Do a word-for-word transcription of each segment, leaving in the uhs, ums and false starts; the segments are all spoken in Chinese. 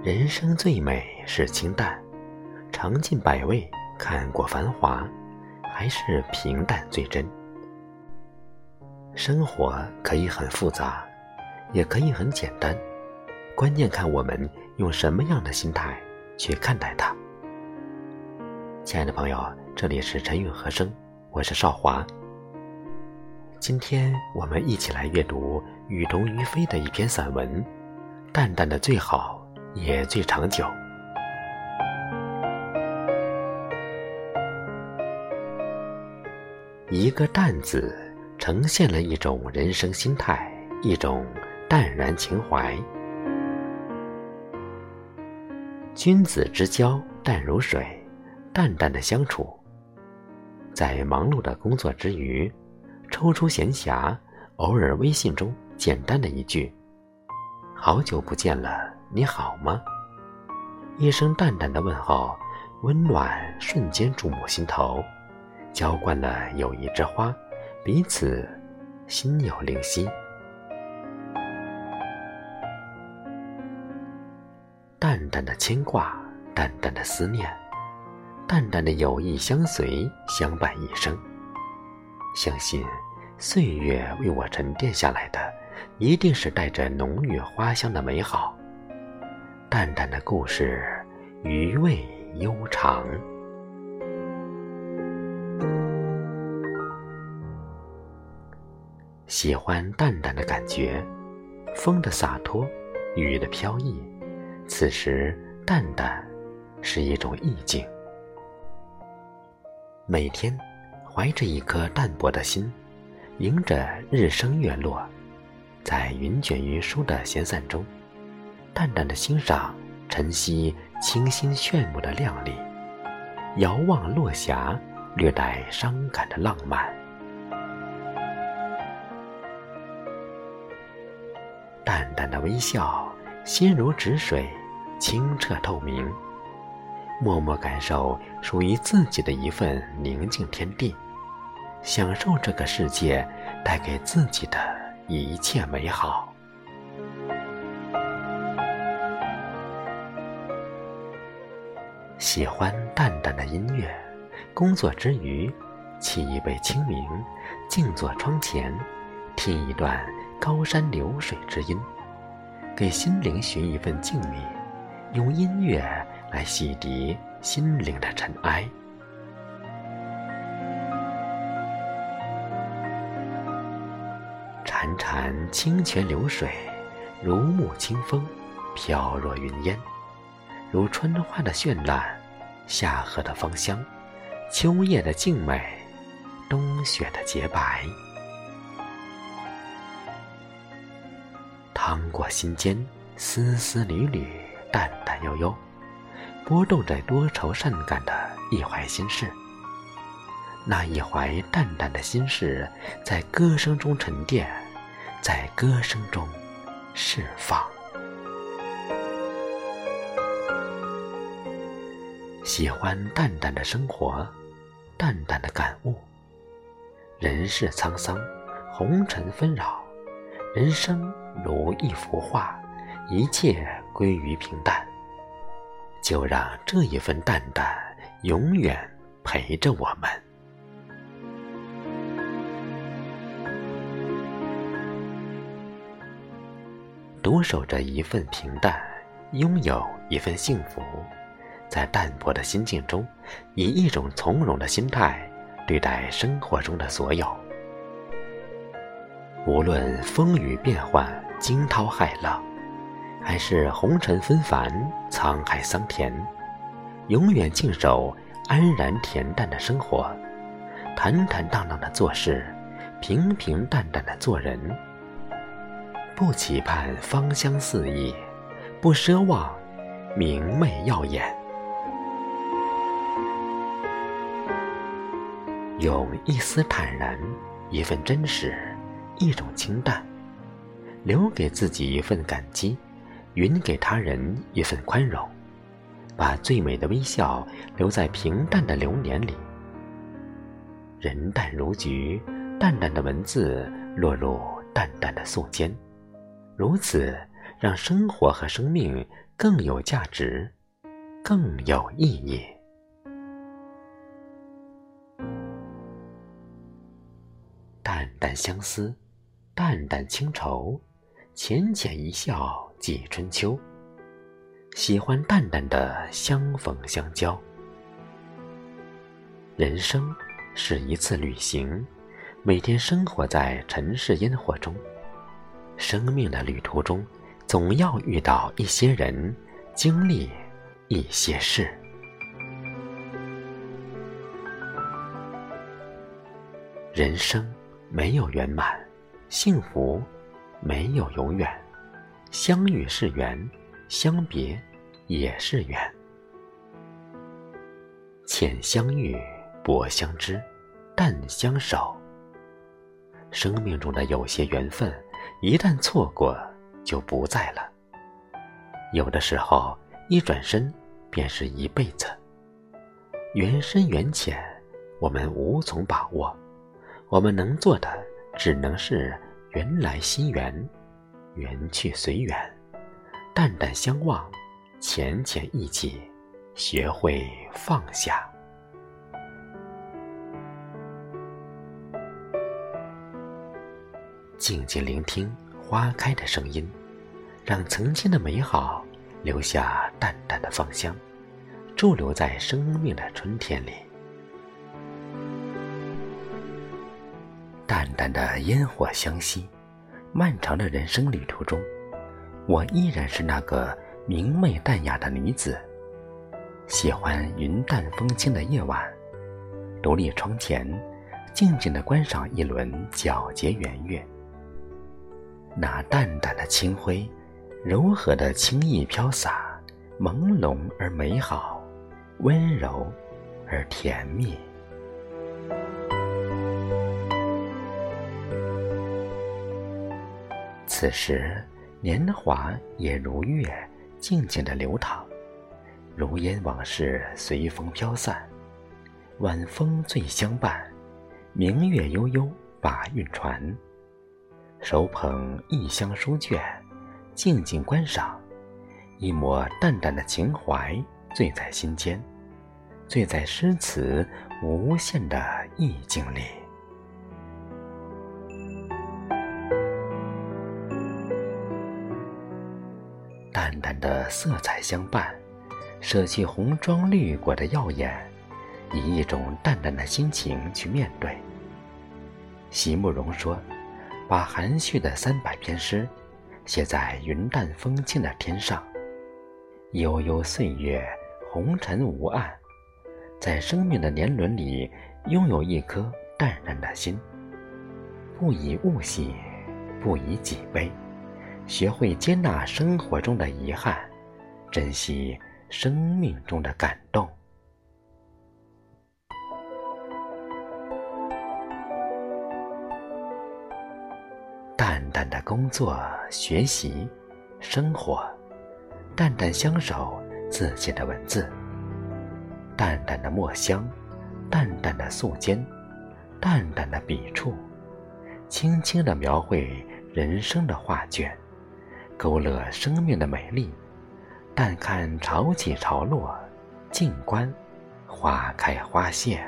人生最美是清淡，尝尽百味，看过繁华，还是平淡最真。生活可以很复杂，也可以很简单，关键看我们用什么样的心态去看待它。亲爱的朋友，这里是陈韵和声，我是少华。今天我们一起来阅读雨桐于飞的一篇散文，淡淡的最好也最长久。一个淡字呈现了一种人生心态，一种淡然情怀。君子之交淡如水，淡淡的相处，在忙碌的工作之余，抽出闲暇，偶尔微信中简单的一句好久不见了，你好吗？一声淡淡的问候，温暖瞬间注目心头，浇灌了友谊之花，彼此心有灵犀。淡淡的牵挂，淡淡的思念，淡淡的友谊相随，相伴一生。相信岁月为我沉淀下来的，一定是带着浓郁花香的美好。淡淡的故事，余味悠长。喜欢淡淡的感觉，风的洒脱，雨的飘逸，此时淡淡是一种意境。每天怀着一颗淡泊的心，迎着日升月落，在云卷云舒的闲散中，淡淡的欣赏晨曦清新炫目的亮丽，遥望落霞略带伤感的浪漫。淡淡的微笑，心如止水，清澈透明，默默感受属于自己的一份宁静天地，享受这个世界带给自己的一切美好。喜欢淡淡的音乐，工作之余沏一杯清明，静坐窗前，听一段高山流水之音，给心灵寻一份静谧，用音乐来洗涤心灵的尘埃。潺潺清泉流水，如沐清风，飘若云烟，如春花的绚烂，夏荷的芳香，秋叶的静美，冬雪的洁白。淌过心间，丝丝缕缕，淡淡悠悠，拨动着多愁善感的一怀心事。那一怀淡淡的心事，在歌声中沉淀，在歌声中释放。喜欢淡淡的生活，淡淡的感悟。人世沧桑，红尘纷扰，人生如一幅画，一切归于平淡。就让这一份淡淡永远陪着我们。独守着一份平淡，拥有一份幸福，在淡泊的心境中，以一种从容的心态对待生活中的所有。无论风雨变幻，惊涛骇浪，还是红尘纷繁，沧海桑田，永远静守安然恬淡的生活，坦坦荡荡的做事，平平淡淡的做人。不期盼芳香四溢，不奢望明媚耀眼，用一丝坦然，一份真实，一种清淡，留给自己一份感激，匀给他人一份宽容，把最美的微笑留在平淡的流年里。人淡如菊，淡淡的文字落入淡淡的素笺，如此让生活和生命更有价值，更有意义。淡淡相思，淡淡清愁，浅浅一笑寄春秋。喜欢淡淡的相逢相交。人生是一次旅行，每天生活在尘世烟火中。生命的旅途中，总要遇到一些人，经历一些事。人生没有圆满，幸福没有永远。相遇是缘，相别也是缘。浅相遇，薄相知，淡相守。生命中的有些缘分，一旦错过就不在了。有的时候一转身便是一辈子。缘深缘浅，我们无从把握，我们能做的只能是缘来惜缘，缘去随缘，淡淡相望，浅浅一起，学会放下。静静聆听花开的声音，让曾经的美好留下淡淡的芳香，驻留在生命的春天里。淡淡的烟火相惜，漫长的人生旅途中，我依然是那个明媚淡雅的女子，喜欢云淡风轻的夜晚，独立窗前，静静地观赏一轮皎洁圆月。那淡淡的清辉，柔和的轻易飘洒，朦胧而美好，温柔而甜蜜。此时年华也如月，静静地流淌，如烟往事随风飘散，晚风最相伴，明月悠悠把韵传。手捧一箱书卷，静静观赏，一抹淡淡的情怀醉在心间，醉在诗词无限的意境里。淡淡的色彩相伴，舍弃红妆绿裹的耀眼，以一种淡淡的心情去面对。席慕容说，把含蓄的三百篇诗写在云淡风轻的天上，悠悠岁月，红尘无岸，在生命的年轮里拥有一颗淡然的心，不以物喜，不以己悲，学会接纳生活中的遗憾，珍惜生命中的感动。淡淡的工作、学习、生活，淡淡相守自己的文字，淡淡的墨香，淡淡的素笺，淡淡的笔触，轻轻地描绘人生的画卷，勾勒生命的美丽。淡看潮起潮落，静观花开花谢。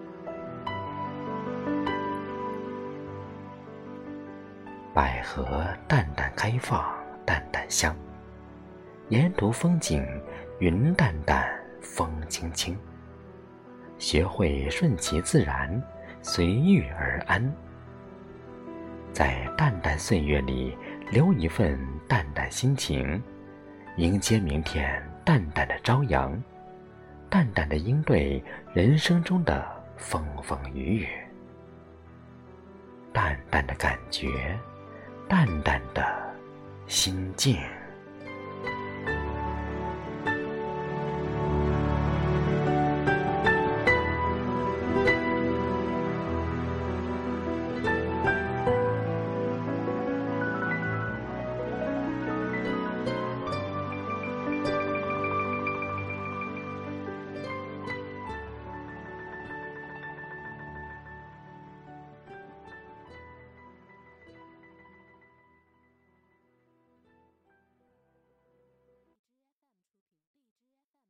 百合淡淡开放，淡淡香，沿途风景云淡淡，风轻轻。学会顺其自然，随遇而安，在淡淡岁月里留一份淡淡心情，迎接明天淡淡的朝阳，淡淡的应对人生中的风风雨雨。淡淡的感觉，淡淡的心境。